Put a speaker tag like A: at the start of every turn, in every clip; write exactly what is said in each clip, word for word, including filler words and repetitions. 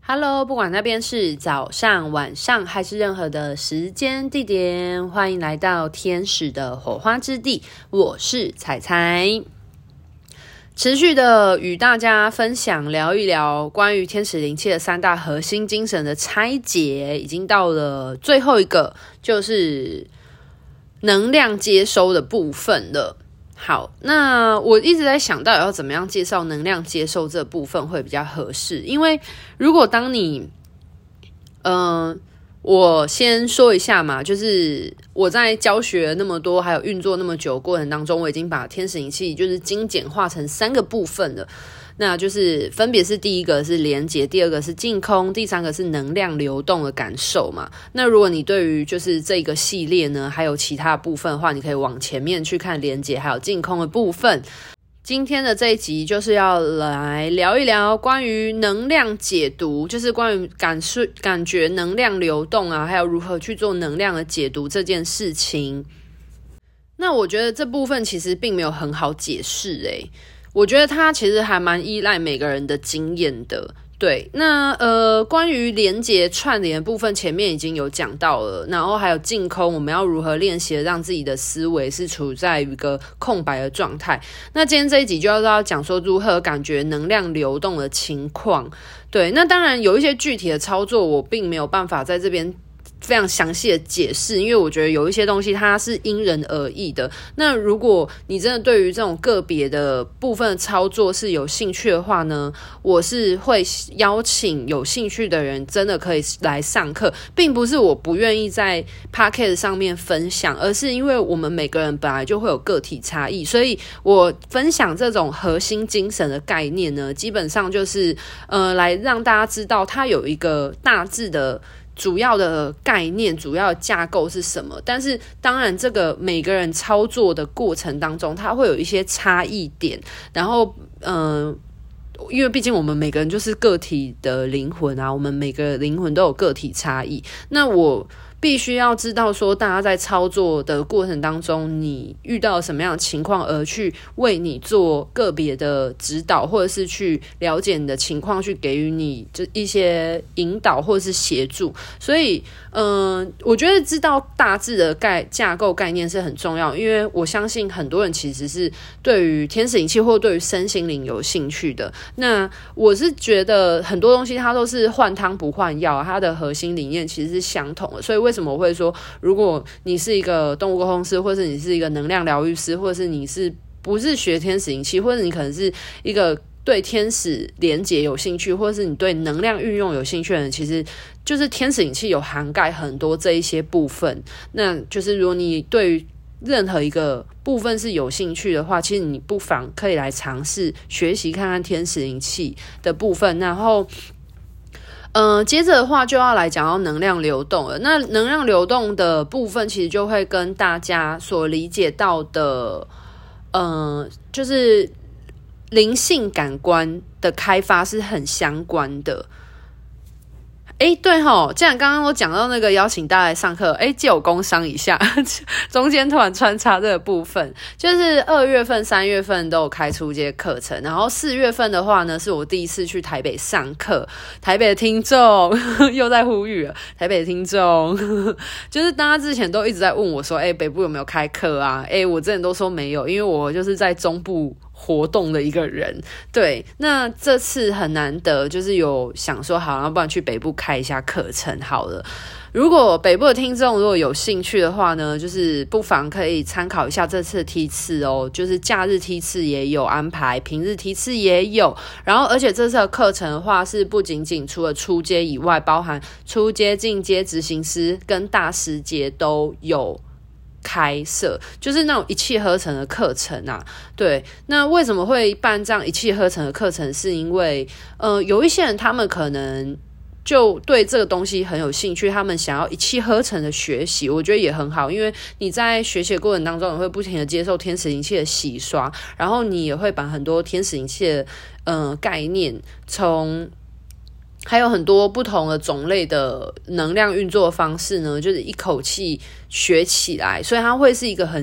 A: Hello， 不管那边是早上、晚上还是任何的时间地点，欢迎来到天使的火花之地，我是彩彩。持续的与大家分享聊一聊关于天使灵气的三大核心精神的拆解，已经到了最后一个，就是能量接收的部分了。好，那我一直在想到底要怎么样介绍能量接受这部分会比较合适，因为如果当你嗯、呃我先说一下嘛，就是我在教学那么多还有运作那么久的过程当中，我已经把天使灵气就是精简化成三个部分了，那就是分别是第一个是连结，第二个是净空，第三个是能量流动的感受嘛。那如果你对于就是这个系列呢还有其他部分的话，你可以往前面去看连结还有净空的部分。今天的这一集就是要来聊一聊关于能量解读，就是关于感受感觉能量流动啊，还有如何去做能量的解读这件事情。那我觉得这部分其实并没有很好解释诶，我觉得它其实还蛮依赖每个人的经验的。对，那呃，关于连结串联的部分，前面已经有讲到了，然后还有净空，我们要如何练习让自己的思维是处在一个空白的状态。那今天这一集就要要讲说如何感觉能量流动的情况。对，那当然有一些具体的操作，我并没有办法在这边非常详细的解释，因为我觉得有一些东西它是因人而异的。那如果你真的对于这种个别的部分的操作是有兴趣的话呢，我是会邀请有兴趣的人真的可以来上课，并不是我不愿意在 Podcast 上面分享，而是因为我们每个人本来就会有个体差异，所以我分享这种核心精神的概念呢，基本上就是呃来让大家知道它有一个大致的主要的概念，主要的架构是什么。但是当然这个每个人操作的过程当中它会有一些差异点，然后嗯、呃因为毕竟我们每个人就是个体的灵魂啊，我们每个灵魂都有个体差异，那我必须要知道说大家在操作的过程当中你遇到什么样的情况，而去为你做个别的指导，或者是去了解你的情况，去给予你就一些引导或者是协助。所以嗯、呃，我觉得知道大致的概架构概念是很重要，因为我相信很多人其实是对于天使灵气或对于身心灵有兴趣的。那我是觉得很多东西它都是换汤不换药，它的核心理念其实是相同的。所以为什么我会说，如果你是一个动物沟通师，或是你是一个能量疗愈师，或是你是不是学天使灵气，或者你可能是一个对天使连结有兴趣，或是你对能量运用有兴趣的人，其实就是天使灵气有涵盖很多这一些部分。那就是如果你对于任何一个部分是有兴趣的话，其实你不妨可以来尝试学习看看天使灵气的部分。然后嗯、呃，接着的话就要来讲到能量流动了。那能量流动的部分其实就会跟大家所理解到的嗯、呃，就是灵性感官的开发是很相关的。诶，对齁，既然刚刚我讲到那个邀请大家来上课，诶，借我工商一下，中间突然穿插这个部分，就是二月份、三月份都有开出这些课程，然后四月份的话呢，是我第一次去台北上课。台北的听众又在呼吁了，台北的听众就是大家之前都一直在问我说，诶，北部有没有开课啊？诶，我之前都说没有，因为我就是在中部活动的一个人。对，那这次很难得，就是有想说好，要不然去北部开一下课程好了。如果北部的听众如果有兴趣的话呢，就是不妨可以参考一下这次的梯次哦，就是假日梯次也有安排，平日梯次也有。然后而且这次的课程的话是不仅仅除了初阶以外，包含初阶、进阶、执行师跟大师阶都有开设，就是那种一气呵成的课程啊。对，那为什么会办这样一气呵成的课程，是因为呃，有一些人他们可能就对这个东西很有兴趣，他们想要一气呵成的学习，我觉得也很好，因为你在学习的过程当中，你会不停的接受天使灵气的洗刷，然后你也会把很多天使灵气的呃概念，从还有很多不同的种类的能量运作方式呢，就是一口气学起来，所以它会是一个很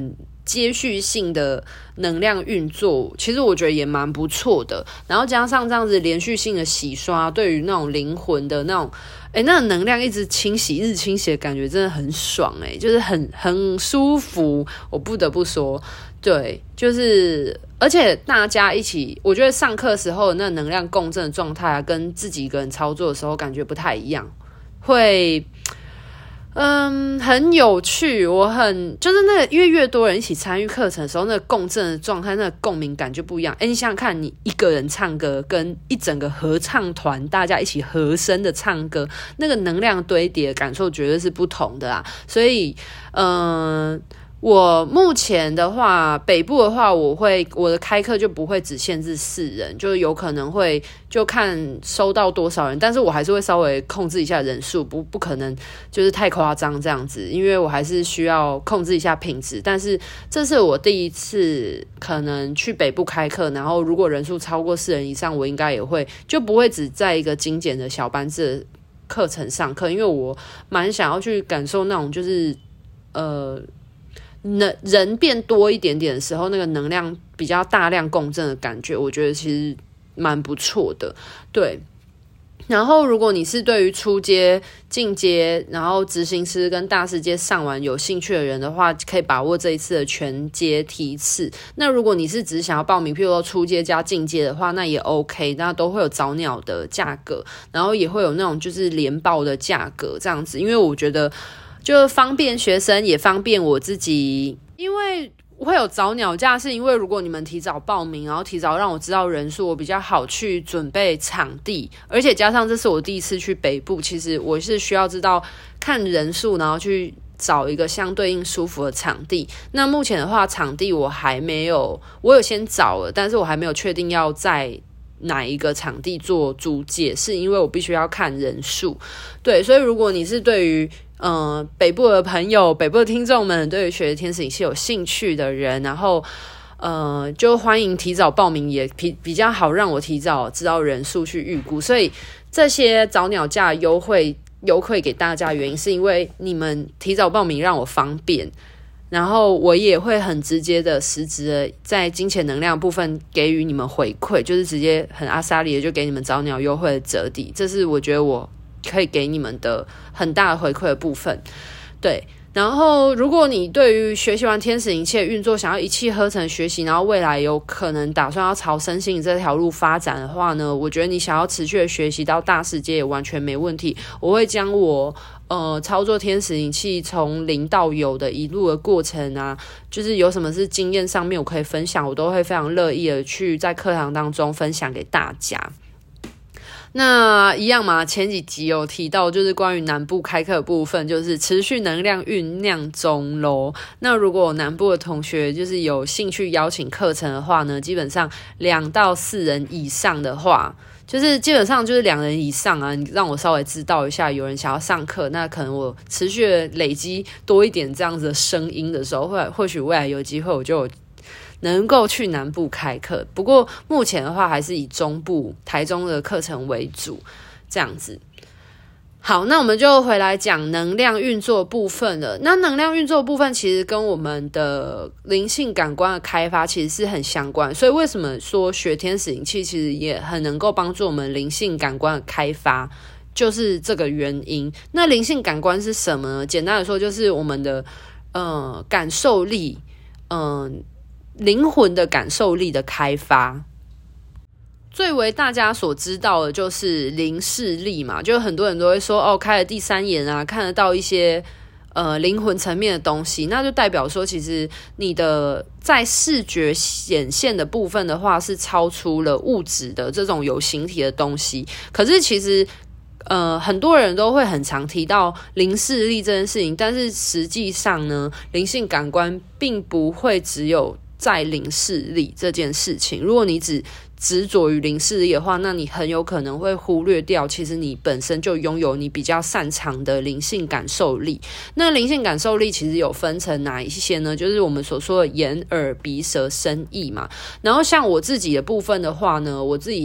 A: 接续性的能量运作，其实我觉得也蛮不错的。然后加上这样子连续性的洗刷，对于那种灵魂的那种，哎，那个能量一直清洗、一直清洗的感觉真的很爽，哎，就是很很舒服。我不得不说，对，就是而且大家一起，我觉得上课时候那能量共振的状态啊，跟自己一个人操作的时候感觉不太一样，会。嗯，很有趣，我很就是那个，因为越多人一起参与课程的时候，那个共振的状态，那个共鸣感就不一样。哎，你想想看，你一个人唱歌，跟一整个合唱团大家一起和声的唱歌，那个能量堆叠的感受绝对是不同的啊。所以，嗯、呃。我目前的话，北部的话，我会我的开课就不会只限制四人，就有可能会就看收到多少人，但是我还是会稍微控制一下人数，不不可能就是太夸张这样子，因为我还是需要控制一下品质。但是这是我第一次可能去北部开课，然后如果人数超过四人以上，我应该也会就不会只在一个精简的小班制的课程上课，因为我蛮想要去感受那种就是呃。能人变多一点点的时候，那个能量比较大量共振的感觉，我觉得其实蛮不错的。对，然后如果你是对于初阶、进阶，然后执行师跟大师阶上完有兴趣的人的话，可以把握这一次的全阶梯次。那如果你是只是想要报名，譬如说初阶加进阶的话，那也 OK， 那都会有早鸟的价格，然后也会有那种就是联报的价格这样子，因为我觉得。就方便学生，也方便我自己，因为会有早鸟价，是因为如果你们提早报名，然后提早让我知道人数，我比较好去准备场地，而且加上这是我第一次去北部，其实我是需要知道看人数，然后去找一个相对应舒服的场地。那目前的话，场地我还没有，我有先找了，但是我还没有确定要在哪一个场地做租借，是因为我必须要看人数。对，所以如果你是对于呃，北部的朋友，北部的听众们，对于学天使仪器有兴趣的人，然后呃，就欢迎提早报名，也比比较好让我提早知道人数去预估。所以这些早鸟价优惠优惠给大家的原因，是因为你们提早报名让我方便，然后我也会很直接的、实质的在金钱能量部分给予你们回馈，就是直接很阿莎里的就给你们早鸟优惠的折抵，这是我觉得我可以给你们的很大的回馈的部分。对，然后如果你对于学习完天使灵气的运作想要一气呵成学习，然后未来有可能打算要朝身心这条路发展的话呢，我觉得你想要持续的学习到大世界也完全没问题。我会将我呃操作天使灵气从零到有的一路的过程啊，就是有什么是经验上面我可以分享，我都会非常乐意的去在课堂当中分享给大家。那一样嘛，前几集有提到就是关于南部开课的部分，就是持续能量酝酿中咯。那如果南部的同学就是有兴趣邀请课程的话呢，基本上两到四人以上的话，就是基本上就是两人以上啊，你让我稍微知道一下有人想要上课，那可能我持续的累积多一点这样子的声音的时候，或或许未来有机会我就有能够去南部开课，不过目前的话还是以中部台中的课程为主这样子。好，那我们就回来讲能量运作部分了。那能量运作部分其实跟我们的灵性感官的开发其实是很相关，所以为什么说学天使灵气其实也很能够帮助我们灵性感官的开发，就是这个原因。那灵性感官是什么呢？简单的说就是我们的呃感受力，嗯、呃。灵魂的感受力的开发，最为大家所知道的就是灵视力嘛，就很多人都会说哦，开了第三眼啊，看得到一些呃灵魂层面的东西，那就代表说其实你的在视觉显现的部分的话是超出了物质的这种有形体的东西。可是其实呃，很多人都会很常提到灵视力这件事情，但是实际上呢，灵性感官并不会只有在灵视力这件事情。如果你只执着于灵视力的话，那你很有可能会忽略掉其实你本身就拥有你比较擅长的灵性感受力。那灵性感受力其实有分成哪一些呢？就是我们所说的眼耳鼻舌身意嘛。然后像我自己的部分的话呢，我自己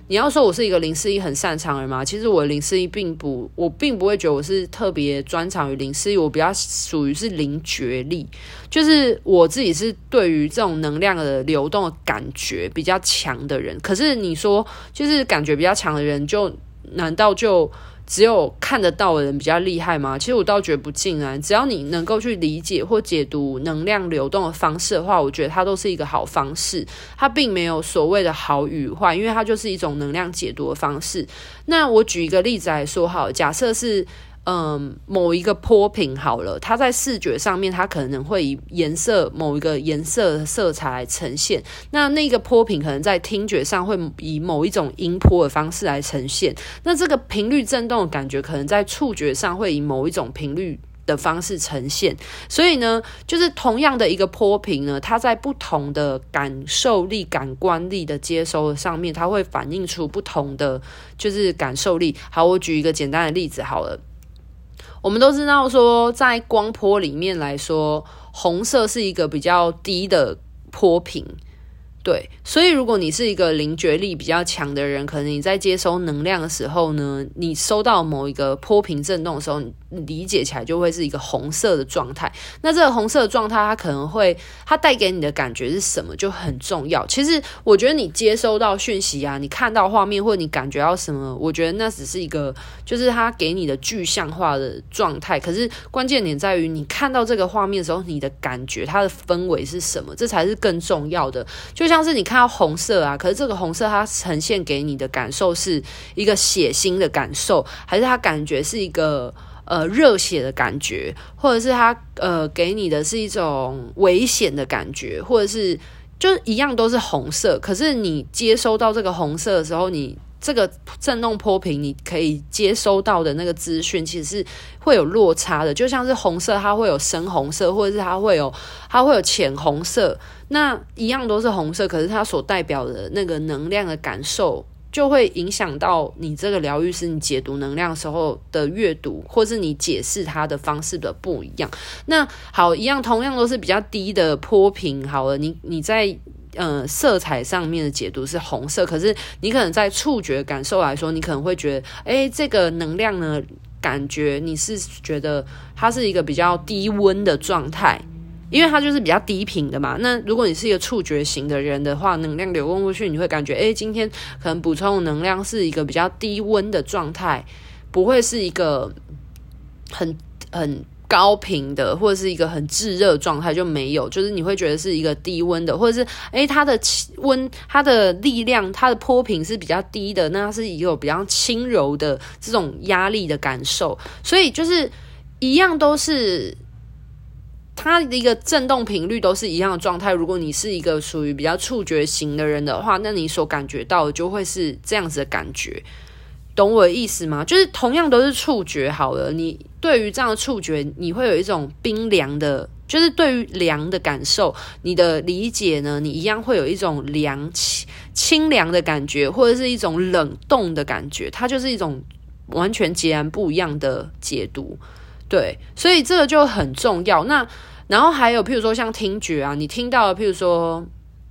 A: 你要说我是一个零四一很擅长的人吗？其实我的零四一并不，我并不会觉得我是特别专长于零四一，我比较属于是灵觉力，就是我自己是对于这种能量的流动的感觉比较强的人。可是你说就是感觉比较强的人，就难道就只有看得到的人比较厉害吗？其实我倒觉得不尽然，只要你能够去理解或解读能量流动的方式的话，我觉得它都是一个好方式，它并没有所谓的好与坏，因为它就是一种能量解读的方式。那我举一个例子来说好了，假设是嗯，某一个波频好了，它在视觉上面，它可能会以颜色某一个颜色的色彩来呈现。那那个波频可能在听觉上会以某一种音波的方式来呈现。那这个频率震动的感觉，可能在触觉上会以某一种频率的方式呈现。所以呢，就是同样的一个波频呢，它在不同的感受力、感官力的接收上面，它会反映出不同的就是感受力。好，我举一个简单的例子好了。我们都知道说，在光波里面来说，红色是一个比较低的波频。对，所以如果你是一个灵觉力比较强的人，可能你在接收能量的时候呢，你收到某一个波频震动的时候，你理解起来就会是一个红色的状态。那这个红色的状态，它可能会，它带给你的感觉是什么就很重要。其实我觉得你接收到讯息啊，你看到画面或者你感觉到什么，我觉得那只是一个，就是它给你的具象化的状态。可是关键点在于你看到这个画面的时候，你的感觉，它的氛围是什么，这才是更重要的。就像像是你看到红色啊，可是这个红色它呈现给你的感受是一个血腥的感受，还是它感觉是一个呃热血的感觉，或者是它呃给你的是一种危险的感觉，或者是就一样都是红色，可是你接收到这个红色的时候，你这个震动波频你可以接收到的那个资讯其实是会有落差的。就像是红色它会有深红色，或者是它会有它会有浅红色，那一样都是红色，可是它所代表的那个能量的感受就会影响到你这个疗愈师你解读能量的时候的阅读，或是你解释它的方式的不一样。那好，一样同样都是比较低的波频好了，你你在呃，色彩上面的解读是红色，可是你可能在触觉感受来说，你可能会觉得，诶，这个能量呢，感觉你是觉得它是一个比较低温的状态，因为它就是比较低频的嘛。那如果你是一个触觉型的人的话，能量流动过去，你会感觉，诶，今天可能补充的能量是一个比较低温的状态，不会是一个很很高频的，或者是一个很炙热状态，就没有，就是你会觉得是一个低温的，或者是诶它的温它的力量它的波频是比较低的，那它是一个比较轻柔的这种压力的感受。所以就是一样都是它的一个振动频率都是一样的状态。如果你是一个属于比较触觉型的人的话，那你所感觉到的就会是这样子的感觉。懂我的意思吗？就是同样都是触觉好了，你对于这样的触觉你会有一种冰凉的，就是对于凉的感受，你的理解呢，你一样会有一种凉清凉的感觉，或者是一种冷冻的感觉，它就是一种完全截然不一样的解读。对，所以这个就很重要。那然后还有譬如说像听觉啊，你听到的譬如说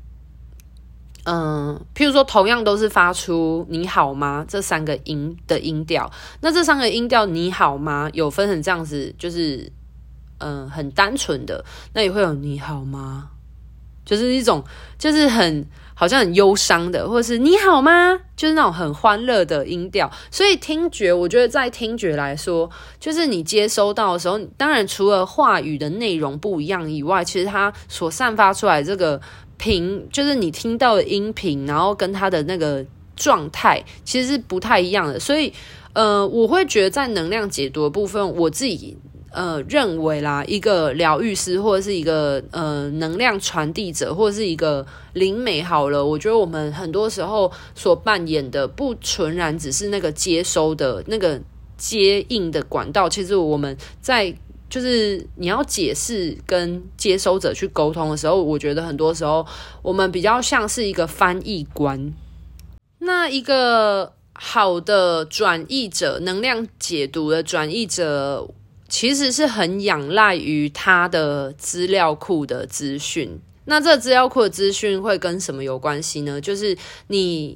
A: 嗯，譬如说同样都是发出你好吗这三个音的音调，那这三个音调你好吗有分成这样子，就是嗯很单纯的，那也会有你好吗，就是一种就是很好像很忧伤的，或者是你好吗，就是那种很欢乐的音调。所以听觉，我觉得在听觉来说，就是你接收到的时候，当然除了话语的内容不一样以外，其实它所散发出来这个频，就是你听到的音频，然后跟它的那个状态其实是不太一样的。所以呃，我会觉得在能量解读的部分，我自己呃认为啦，一个疗愈师或者是一个呃能量传递者，或者是一个灵媒好了，我觉得我们很多时候所扮演的不纯然只是那个接收的那个接应的管道，其实我们在就是你要解释跟接收者去沟通的时候，我觉得很多时候我们比较像是一个翻译官。那一个好的转译者，能量解读的转译者，其实是很仰赖于他的资料库的资讯。那这资料库的资讯会跟什么有关系呢？就是你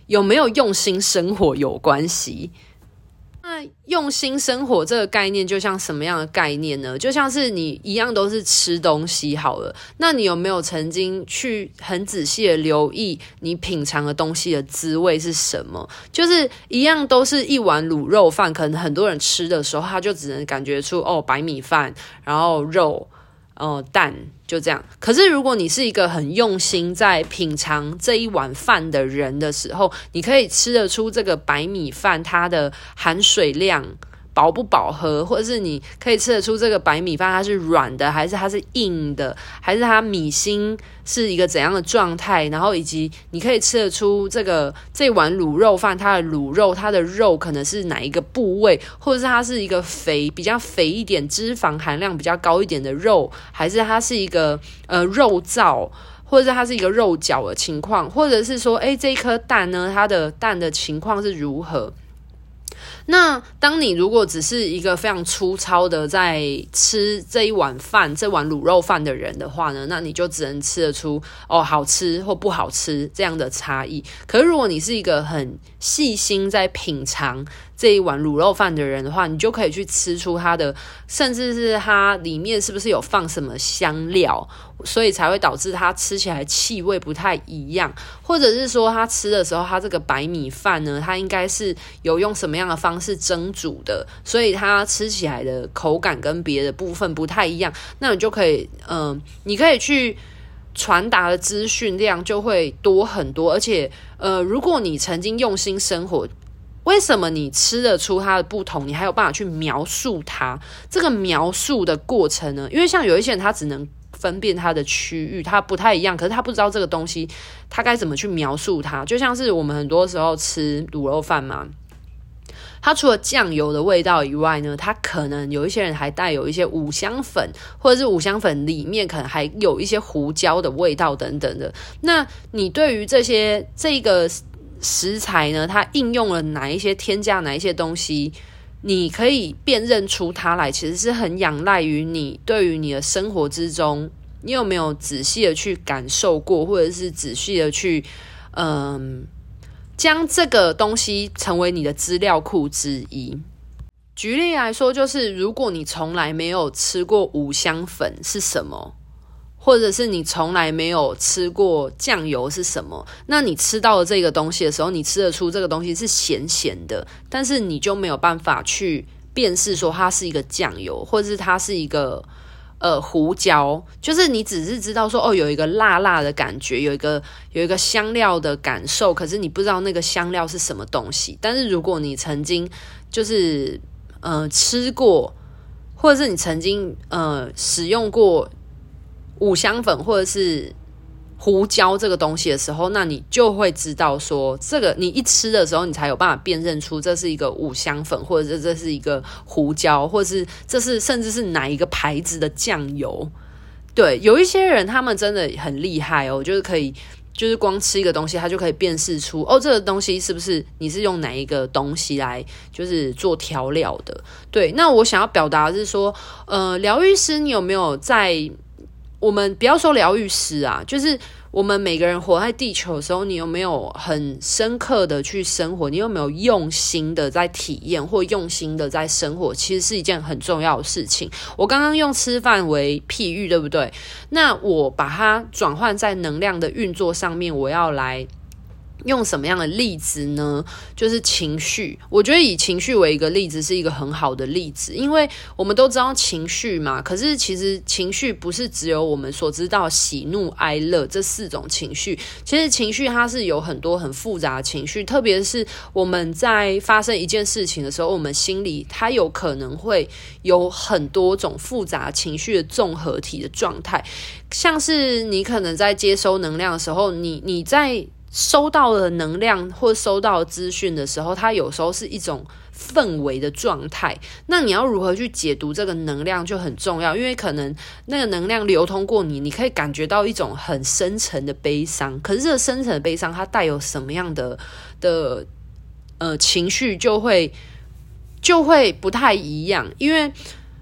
A: 有没有用心生活有关系。那用心生活这个概念就像什么样的概念呢？就像是你一样都是吃东西好了，那你有没有曾经去很仔细的留意你品尝的东西的滋味是什么？就是一样都是一碗卤肉饭，可能很多人吃的时候他就只能感觉出哦白米饭，然后肉呃，蛋就这样。可是如果你是一个很用心在品尝这一碗饭的人的时候，你可以吃得出这个白米饭它的含水量饱不饱和，或者是你可以吃得出这个白米饭它是软的还是它是硬的，还是它米心是一个怎样的状态，然后以及你可以吃得出这个这碗卤肉饭它的卤肉它的肉可能是哪一个部位，或者是它是一个肥比较肥一点脂肪含量比较高一点的肉，还是它是一个呃肉燥，或者是它是一个肉饺的情况，或者是说诶这一颗蛋呢它的蛋的情况是如何。那当你如果只是一个非常粗糙的在吃这一碗饭这碗卤肉饭的人的话呢，那你就只能吃得出哦好吃或不好吃这样的差异。可是如果你是一个很细心在品尝这一碗卤肉饭的人的话，你就可以去吃出它的，甚至是它里面是不是有放什么香料，所以才会导致它吃起来气味不太一样，或者是说它吃的时候它这个白米饭呢，它应该是有用什么样的方式蒸煮的，所以它吃起来的口感跟别的部分不太一样。那你就可以嗯、呃，你可以去传达的资讯量就会多很多。而且呃，如果你曾经用心生活，为什么你吃得出它的不同，你还有办法去描述它？这个描述的过程呢，因为像有一些人他只能分辨它的区域，它不太一样，可是他不知道这个东西他该怎么去描述它。就像是我们很多时候吃卤肉饭嘛，它除了酱油的味道以外呢，它可能有一些人还带有一些五香粉，或者是五香粉里面可能还有一些胡椒的味道等等的。那你对于这些这个食材呢，它应用了哪一些添加哪一些东西，你可以辨认出它来，其实是很仰赖于你对于你的生活之中，你有没有仔细的去感受过，或者是仔细的去嗯，将这个东西成为你的资料库之一。举例来说，就是如果你从来没有吃过五香粉是什么，或者是你从来没有吃过酱油是什么，那你吃到了这个东西的时候，你吃得出这个东西是咸咸的，但是你就没有办法去辨识说它是一个酱油，或者是它是一个呃胡椒，就是你只是知道说哦有一个辣辣的感觉，有一个有一个香料的感受，可是你不知道那个香料是什么东西。但是如果你曾经就是呃吃过，或者是你曾经呃使用过五香粉或者是胡椒这个东西的时候，那你就会知道说这个你一吃的时候，你才有办法辨认出这是一个五香粉，或者是这是一个胡椒，或者是这是甚至是哪一个牌子的酱油。对，有一些人他们真的很厉害哦，就是可以就是光吃一个东西，他就可以辨识出哦这个东西是不是你是用哪一个东西来就是做调料的。对，那我想要表达的是说呃，疗愈师你有没有在我们不要说疗愈师啊，就是我们每个人活在地球的时候，你有没有很深刻的去生活，你有没有用心的在体验或用心的在生活，其实是一件很重要的事情。我刚刚用吃饭为譬喻，对不对？那我把它转换在能量的运作上面，我要来用什么样的例子呢？就是情绪。我觉得以情绪为一个例子是一个很好的例子，因为我们都知道情绪嘛，可是其实情绪不是只有我们所知道喜怒哀乐这四种情绪，其实情绪它是有很多很复杂的情绪，特别是我们在发生一件事情的时候，我们心里它有可能会有很多种复杂情绪的综合体的状态。像是你可能在接收能量的时候，你你在收到了能量或收到了资讯的时候，它有时候是一种氛围的状态，那你要如何去解读这个能量就很重要，因为可能那个能量流通过你，你可以感觉到一种很深沉的悲伤，可是这个深沉的悲伤它带有什么样的的呃情绪就会就会不太一样。因为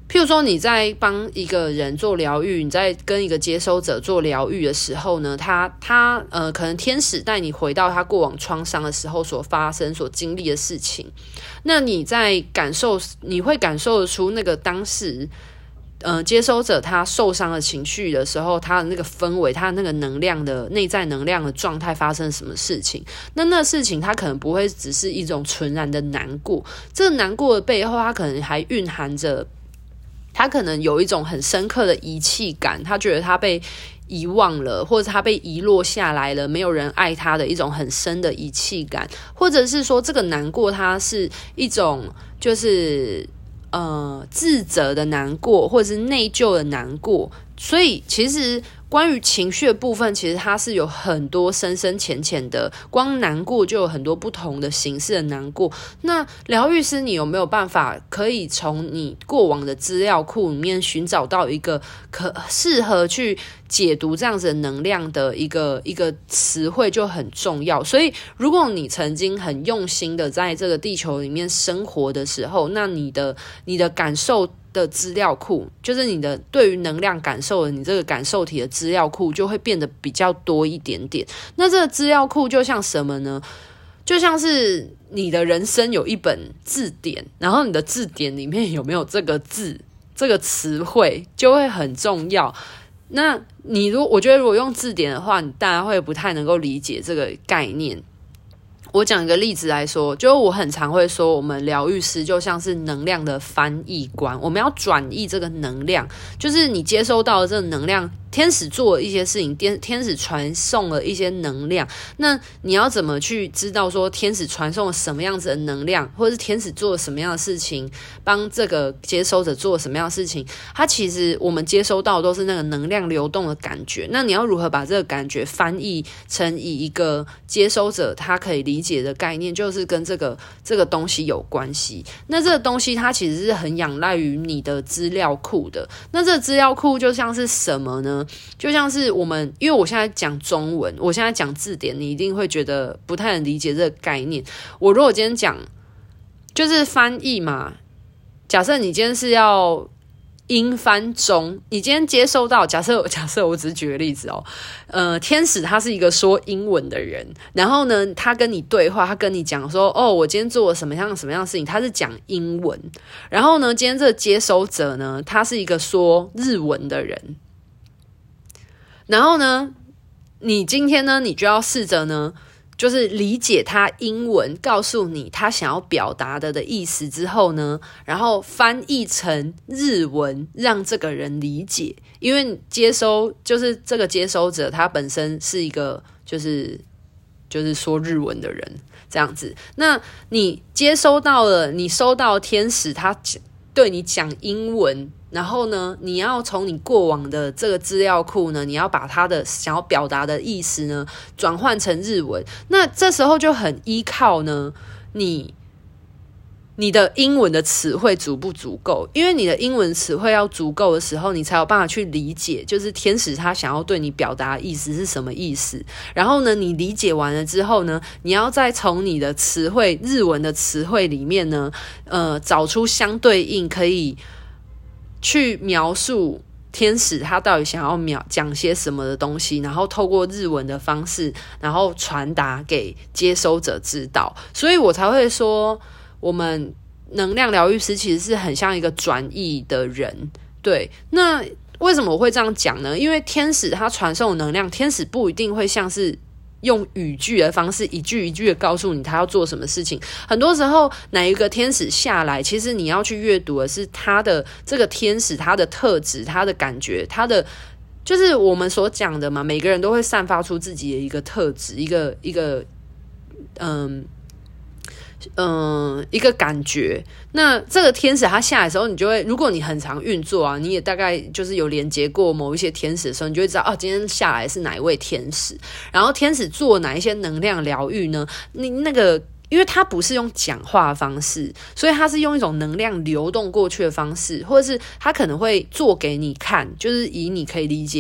A: 譬如说你在帮一个人做疗愈，你在跟一个接收者做疗愈的时候呢，他他呃可能天使带你回到他过往创伤的时候所发生所经历的事情，那你在感受，你会感受得出那个当时呃接收者他受伤的情绪的时候，他的那个氛围，他的那个能量的内在能量的状态发生什么事情。那那事情他可能不会只是一种纯然的难过，这个难过的背后他可能还蕴含着他可能有一种很深刻的遗弃感，他觉得他被遗忘了，或者他被遗落下来了，没有人爱他的一种很深的遗弃感，或者是说这个难过它是一种就是呃自责的难过，或者是内疚的难过。所以其实关于情绪的部分，其实它是有很多深深浅浅的，光难过就有很多不同的形式的难过。那疗愈师，你有没有办法可以从你过往的资料库里面寻找到一个可适合去解读这样子的能量的一个一个词汇就很重要。所以如果你曾经很用心的在这个地球里面生活的时候，那你的你的感受的资料库，就是你的对于能量感受的你这个感受体的资料库就会变得比较多一点点。那这个资料库就像什么呢？就像是你的人生有一本字典，然后你的字典里面有没有这个字，这个词汇就会很重要。那你如果我觉得如果用字典的话，你大家会不太能够理解这个概念。我讲一个例子来说，就我很常会说，我们疗愈师就像是能量的翻译官，我们要转译这个能量，就是你接收到的这个能量，天使做了一些事情，天天使传送了一些能量，那你要怎么去知道说天使传送了什么样子的能量，或者是天使做了什么样的事情，帮这个接收者做了什么样的事情？它其实我们接收到的都是那个能量流动的感觉，那你要如何把这个感觉翻译成以一个接收者他可以理解的概念，就是跟这个这个东西有关系。那这个东西它其实是很仰赖于你的资料库的。那这个资料库就像是什么呢？就像是我们，因为我现在讲中文，我现在讲字典，你一定会觉得不太能理解这个概念。我如果今天讲就是翻译嘛，假设你今天是要英翻中，你今天接收到，假设假设我只是举个例子哦，呃，天使他是一个说英文的人，然后呢，他跟你对话，他跟你讲说，哦，我今天做了什么样什么样的事情，他是讲英文，然后呢，今天这个接收者呢，他是一个说日文的人，然后呢，你今天呢，你就要试着呢，就是理解他英文告诉你他想要表达的的意思之后呢，然后翻译成日文让这个人理解。因为接收就是这个接收者他本身是一个就是就是说日文的人这样子，那你接收到了，你收到天使他对你讲英文，然后呢，你要从你过往的这个资料库呢，你要把他的想要表达的意思呢转换成日文。那这时候就很依靠呢你你的英文的词汇足不足够，因为你的英文词汇要足够的时候，你才有办法去理解就是天使他想要对你表达的意思是什么意思。然后呢，你理解完了之后呢，你要再从你的词汇日文的词汇里面呢呃找出相对应可以去描述天使他到底想要描讲些什么的东西，然后透过日文的方式，然后传达给接收者知道。所以我才会说，我们能量疗愈师其实是很像一个转译的人。对，那为什么我会这样讲呢？因为天使他传送能量，天使不一定会像是用语句的方式一句一句的告诉你他要做什么事情。很多时候哪一个天使下来，其实你要去阅读的是他的这个天使他的特质，他的感觉，他的就是我们所讲的嘛，每个人都会散发出自己的一个特质，一个一个嗯嗯，一个感觉。那这个天使他下来的时候，你就会，如果你很常运作啊，你也大概就是有连接过某一些天使的时候，你就会知道哦，今天下来是哪一位天使，然后天使做哪一些能量疗愈呢？你那个，因为他不是用讲话的方式，所以他是用一种能量流动过去的方式，或者是他可能会做给你看，就是以你可以理解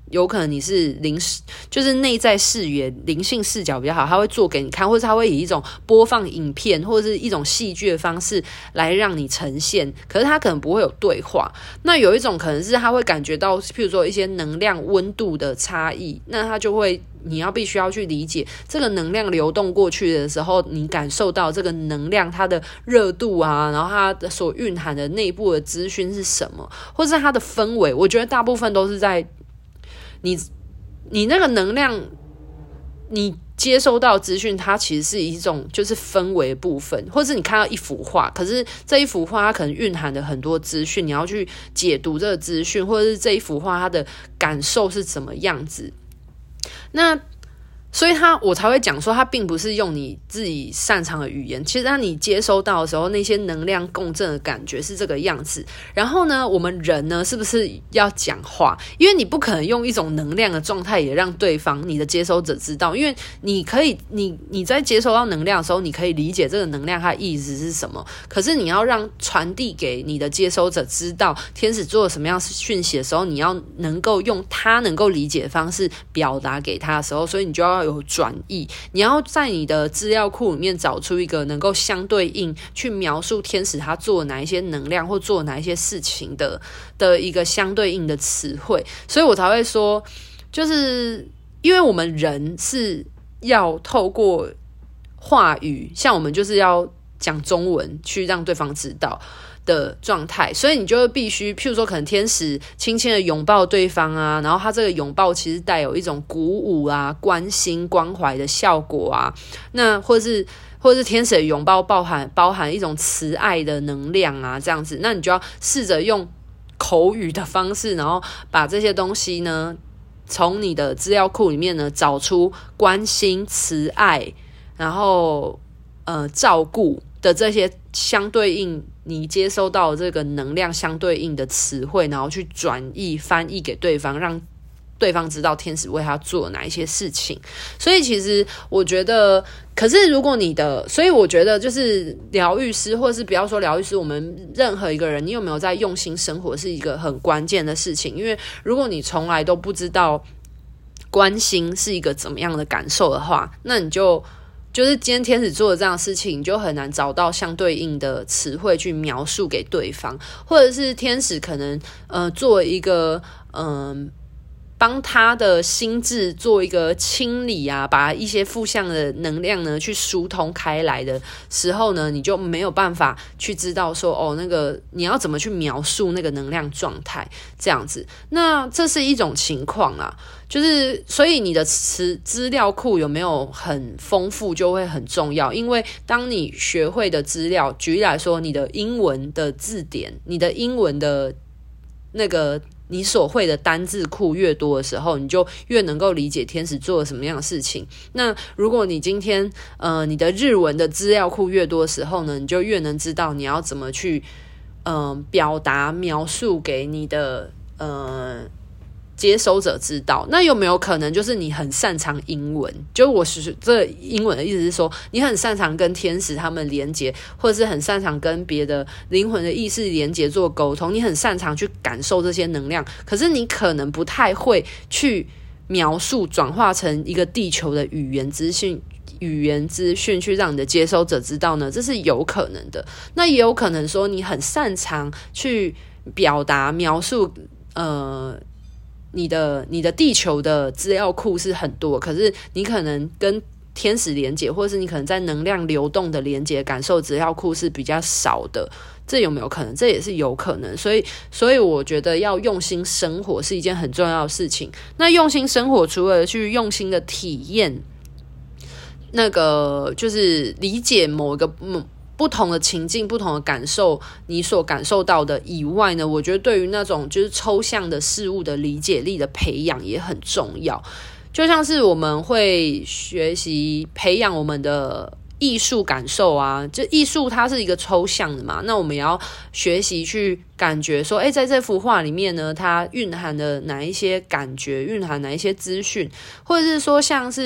A: 有可能你是灵，就是内在视野、灵性视角比较好，他会做给你看，或者他会以一种播放影片或者是一种戏剧的方式来让你呈现。可是他可能不会有对话。那有一种可能是他会感觉到，譬如说一些能量温度的差异，那他就会。你要必须要去理解这个能量流动过去的时候，你感受到这个能量它的热度啊，然后它的所蕴含的内部的资讯是什么，或是它的氛围。我觉得大部分都是在你你那个能量，你接收到资讯，它其实是一种就是氛围的部分，或是你看到一幅画，可是这一幅画它可能蕴含了很多资讯，你要去解读这个资讯，或者是这一幅画它的感受是怎么样子。那所以他我才会讲说，他并不是用你自己擅长的语言，其实当你接收到的时候，那些能量共振的感觉是这个样子。然后呢，我们人呢，是不是要讲话？因为你不可能用一种能量的状态也让对方你的接收者知道，因为你可以，你你在接收到能量的时候，你可以理解这个能量它的意思是什么。可是你要让传递给你的接收者知道天使做了什么样讯息的时候，你要能够用他能够理解的方式表达给他的时候，所以你就要有转译，你要在你的资料库里面找出一个能够相对应去描述天使他做哪一些能量或做哪一些事情的的一个相对应的词汇。所以我才会说，就是因为我们人是要透过话语，像我们就是要讲中文去让对方知道的状态，所以你就必须，譬如说可能天使轻轻的拥抱对方啊，然后他这个拥抱其实带有一种鼓舞啊、关心、关怀的效果啊，那或是或是天使的拥抱包含包含一种慈爱的能量啊，这样子，那你就要试着用口语的方式，然后把这些东西呢，从你的资料库里面呢找出关心、慈爱，然后呃照顾的这些相对应你接收到这个能量相对应的词汇，然后去转译翻译给对方，让对方知道天使为他做哪一些事情。所以其实我觉得，可是如果你的，所以我觉得就是疗愈师，或是不要说疗愈师，我们任何一个人，你有没有在用心生活是一个很关键的事情。因为如果你从来都不知道关心是一个怎么样的感受的话，那你就就是今天天使做的这样的事情，你就很难找到相对应的词汇去描述给对方，或者是天使可能呃做一个嗯。呃帮他的心智做一个清理啊，把一些负向的能量呢去疏通开来的时候呢，你就没有办法去知道说哦，那个你要怎么去描述那个能量状态这样子。那这是一种情况啦，就是所以你的词资料库有没有很丰富就会很重要，因为当你学会的资料，举例来说，你的英文的字典，你的英文的那个你所会的单字库越多的时候，你就越能够理解天使做了什么样的事情。那如果你今天呃你的日文的资料库越多的时候呢，你就越能知道你要怎么去呃表达描述给你的呃接收者知道。那有没有可能就是你很擅长英文，就我是这英文的意思是说你很擅长跟天使他们连接，或者是很擅长跟别的灵魂的意识连接做沟通，你很擅长去感受这些能量，可是你可能不太会去描述转化成一个地球的语言资讯语言资讯去让你的接收者知道呢，这是有可能的。那也有可能说你很擅长去表达描述呃你的你的地球的资料库是很多，可是你可能跟天使连结，或是你可能在能量流动的连结感受资料库是比较少的，这有没有可能？这也是有可能。所以所以我觉得要用心生活是一件很重要的事情。那用心生活除了去用心的体验那个就是理解某一个不同的情境、不同的感受，你所感受到的以外呢，我觉得对于那种就是抽象的事物的理解力的培养也很重要。就像是我们会学习培养我们的艺术感受啊，就艺术它是一个抽象的嘛，那我们也要学习去感觉说，诶，在这幅画里面呢，它蕴含的哪一些感觉，蕴含哪一些资讯，或者是说像是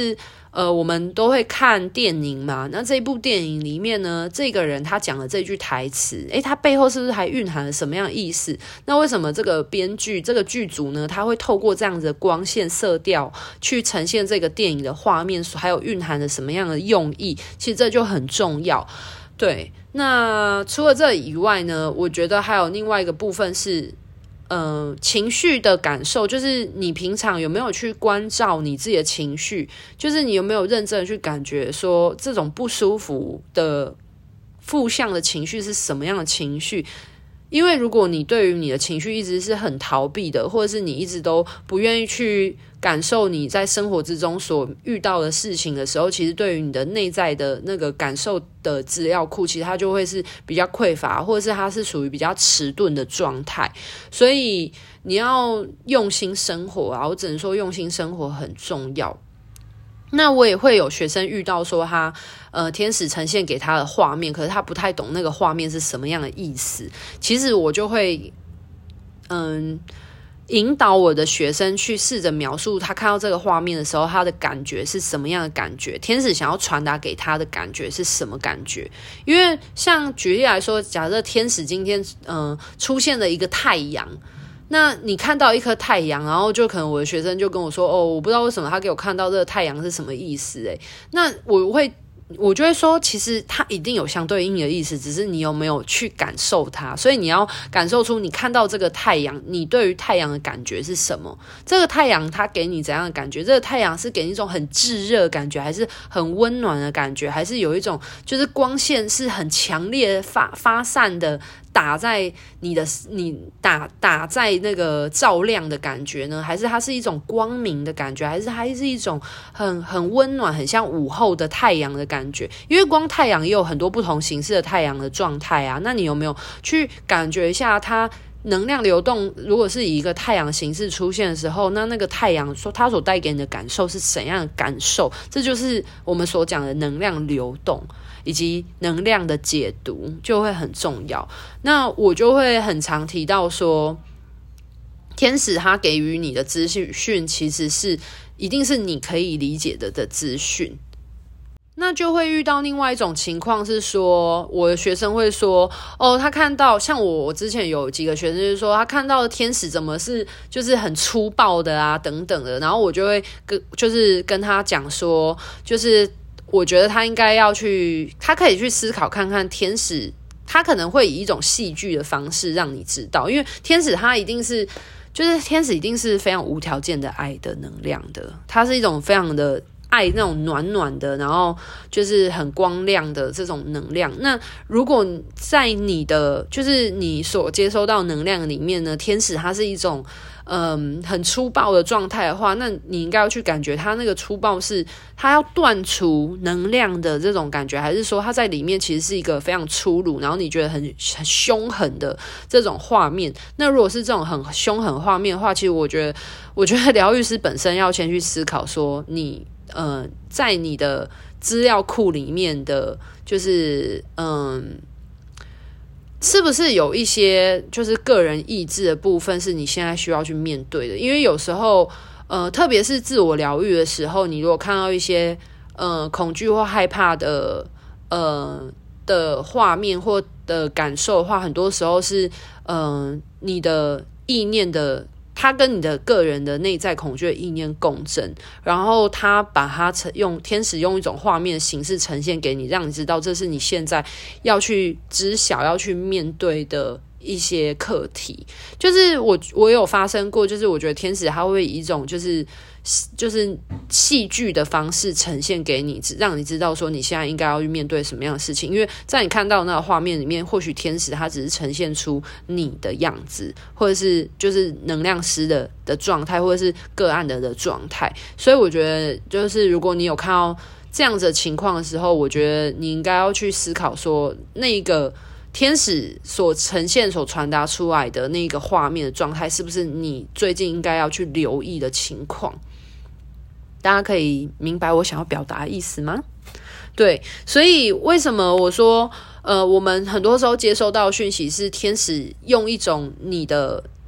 A: 呃，我们都会看电影嘛，那这一部电影里面呢，这个人他讲的这句台词，诶，他背后是不是还蕴含了什么样的意思？那为什么这个编剧这个剧组呢，他会透过这样子的光线色调去呈现这个电影的画面，还有蕴含了什么样的用意？其实这就很重要。对，那除了这以外呢，我觉得还有另外一个部分是呃，情绪的感受，就是你平常有没有去关照你自己的情绪，就是你有没有认真的去感觉说这种不舒服的负向的情绪是什么样的情绪。因为如果你对于你的情绪一直是很逃避的，或者是你一直都不愿意去感受你在生活之中所遇到的事情的时候，其实对于你的内在的那个感受的资料库，其实它就会是比较匮乏，或者是它是属于比较迟钝的状态。所以你要用心生活啊，我只能说用心生活很重要。那我也会有学生遇到说他呃天使呈现给他的画面，可是他不太懂那个画面是什么样的意思。其实我就会嗯引导我的学生去试着描述他看到这个画面的时候，他的感觉是什么样的感觉，天使想要传达给他的感觉是什么感觉。因为像举例来说，假设天使今天嗯、呃、出现了一个太阳，那你看到一颗太阳，然后就可能我的学生就跟我说，哦，我不知道为什么他给我看到这个太阳是什么意思诶。那我会我就会说，其实它一定有相对应的意思，只是你有没有去感受它。所以你要感受出你看到这个太阳，你对于太阳的感觉是什么？这个太阳它给你怎样的感觉？这个太阳是给你一种很炙热的感觉，还是很温暖的感觉，还是有一种就是光线是很强烈发发散的打在你的你打打在那个照亮的感觉呢？还是它是一种光明的感觉？还是它是一种很很温暖很像午后的太阳的感觉？因为光太阳也有很多不同形式的太阳的状态啊，那你有没有去感觉一下它能量流动？如果是以一个太阳形式出现的时候，那那个太阳说它所带给你的感受是怎样的感受？这就是我们所讲的能量流动以及能量的解读就会很重要。那我就会很常提到说，天使他给予你的资讯其实是一定是你可以理解的的资讯。那就会遇到另外一种情况是说，我的学生会说，哦，他看到像我我之前有几个学生就是说，他看到的天使怎么是就是很粗暴的啊等等的，然后我就会跟就是跟他讲说，就是我觉得他应该要去，他可以去思考看看天使，他可能会以一种戏剧的方式让你知道，因为天使他一定是就是天使一定是非常无条件的爱的能量的，它是一种非常的爱那种暖暖的，然后就是很光亮的这种能量。那如果在你的就是你所接收到能量里面呢，天使它是一种嗯很粗暴的状态的话，那你应该要去感觉它那个粗暴是它要断除能量的这种感觉，还是说它在里面其实是一个非常粗鲁，然后你觉得很很凶狠的这种画面？那如果是这种很凶狠画面的话，其实我觉得我觉得疗愈师本身要先去思考说，你呃，在你的资料库里面的，就是嗯，是不是有一些就是个人意志的部分是你现在需要去面对的？因为有时候，呃，特别是自我疗愈的时候，你如果看到一些呃恐惧或害怕的呃的画面或的感受的话，很多时候是嗯、呃、你的意念的。他跟你的个人的内在恐惧的意念共振，然后他把它用天使用一种画面的形式呈现给你，让你知道这是你现在要去知晓要去面对的一些课题。就是我我有发生过，就是我觉得天使他会以一种就是就是戏剧的方式呈现给你，让你知道说你现在应该要去面对什么样的事情。因为在你看到那个画面里面，或许天使它只是呈现出你的样子，或者是就是能量师的的状态，或者是个案的的状态。所以我觉得就是如果你有看到这样子的情况的时候，我觉得你应该要去思考说，那个天使所呈现所传达出来的那个画面的状态，是不是你最近应该要去留意的情况？大家可以明白我想要表达的意思吗？对，所以为什么我说呃，我们很多时候接收到的讯息是天使用一种你的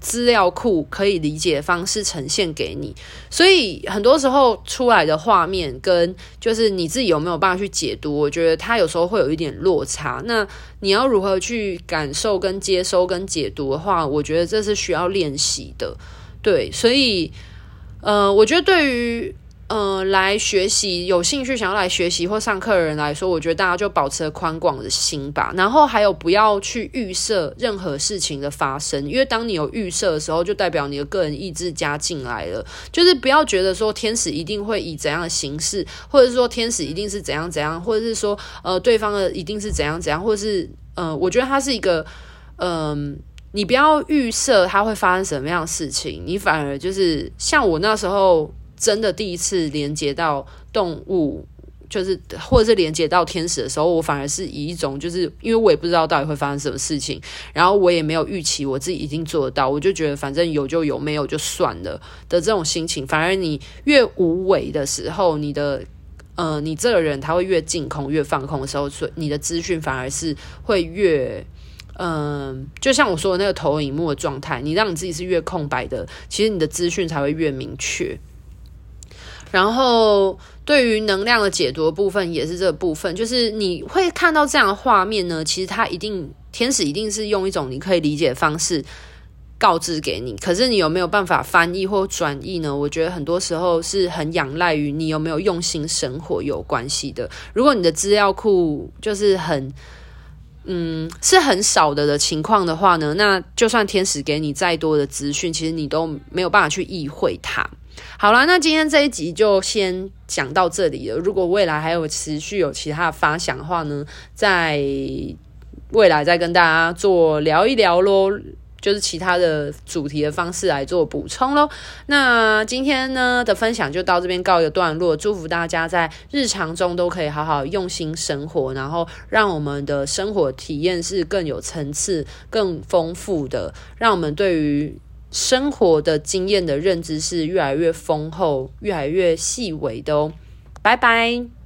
A: 资料库可以理解的方式呈现给你，所以很多时候出来的画面跟就是你自己有没有办法去解读，我觉得它有时候会有一点落差。那你要如何去感受跟接收跟解读的话，我觉得这是需要练习的。对，所以呃，我觉得对于呃，来学习有兴趣想要来学习或上课的人来说，我觉得大家就保持宽广的心吧，然后还有不要去预设任何事情的发生，因为当你有预设的时候，就代表你的个人意志加进来了，就是不要觉得说天使一定会以怎样的形式，或者是说天使一定是怎样怎样，或者是说呃对方的一定是怎样怎样，或者是呃，我觉得它是一个嗯。呃你不要预设它会发生什么样的事情，你反而就是像我那时候真的第一次连接到动物，就是或者是连接到天使的时候，我反而是以一种就是因为我也不知道到底会发生什么事情，然后我也没有预期我自己一定做得到，我就觉得反正有就有，没有就算了的这种心情。反而你越无为的时候，你的呃，你这个人他会越净空越放空的时候，所以你的资讯反而是会越嗯，就像我说的那个投影幕的状态，你让你自己是越空白的，其实你的资讯才会越明确。然后对于能量的解读的部分也是这个部分，就是你会看到这样的画面呢，其实它一定天使一定是用一种你可以理解的方式告知给你，可是你有没有办法翻译或转译呢？我觉得很多时候是很仰赖于你有没有用心生活有关系的。如果你的资料库就是很嗯，是很少的的情况的话呢，那就算天使给你再多的资讯，其实你都没有办法去意会它。好啦，那今天这一集就先讲到这里了。如果未来还有持续有其他的发想的话呢，在未来再跟大家做聊一聊咯，就是其他的主题的方式来做补充咯。那今天呢的分享就到这边告一个段落，祝福大家在日常中都可以好好用心生活，然后让我们的生活体验是更有层次更丰富的，让我们对于生活的经验的认知是越来越丰厚越来越细微的哦。拜拜。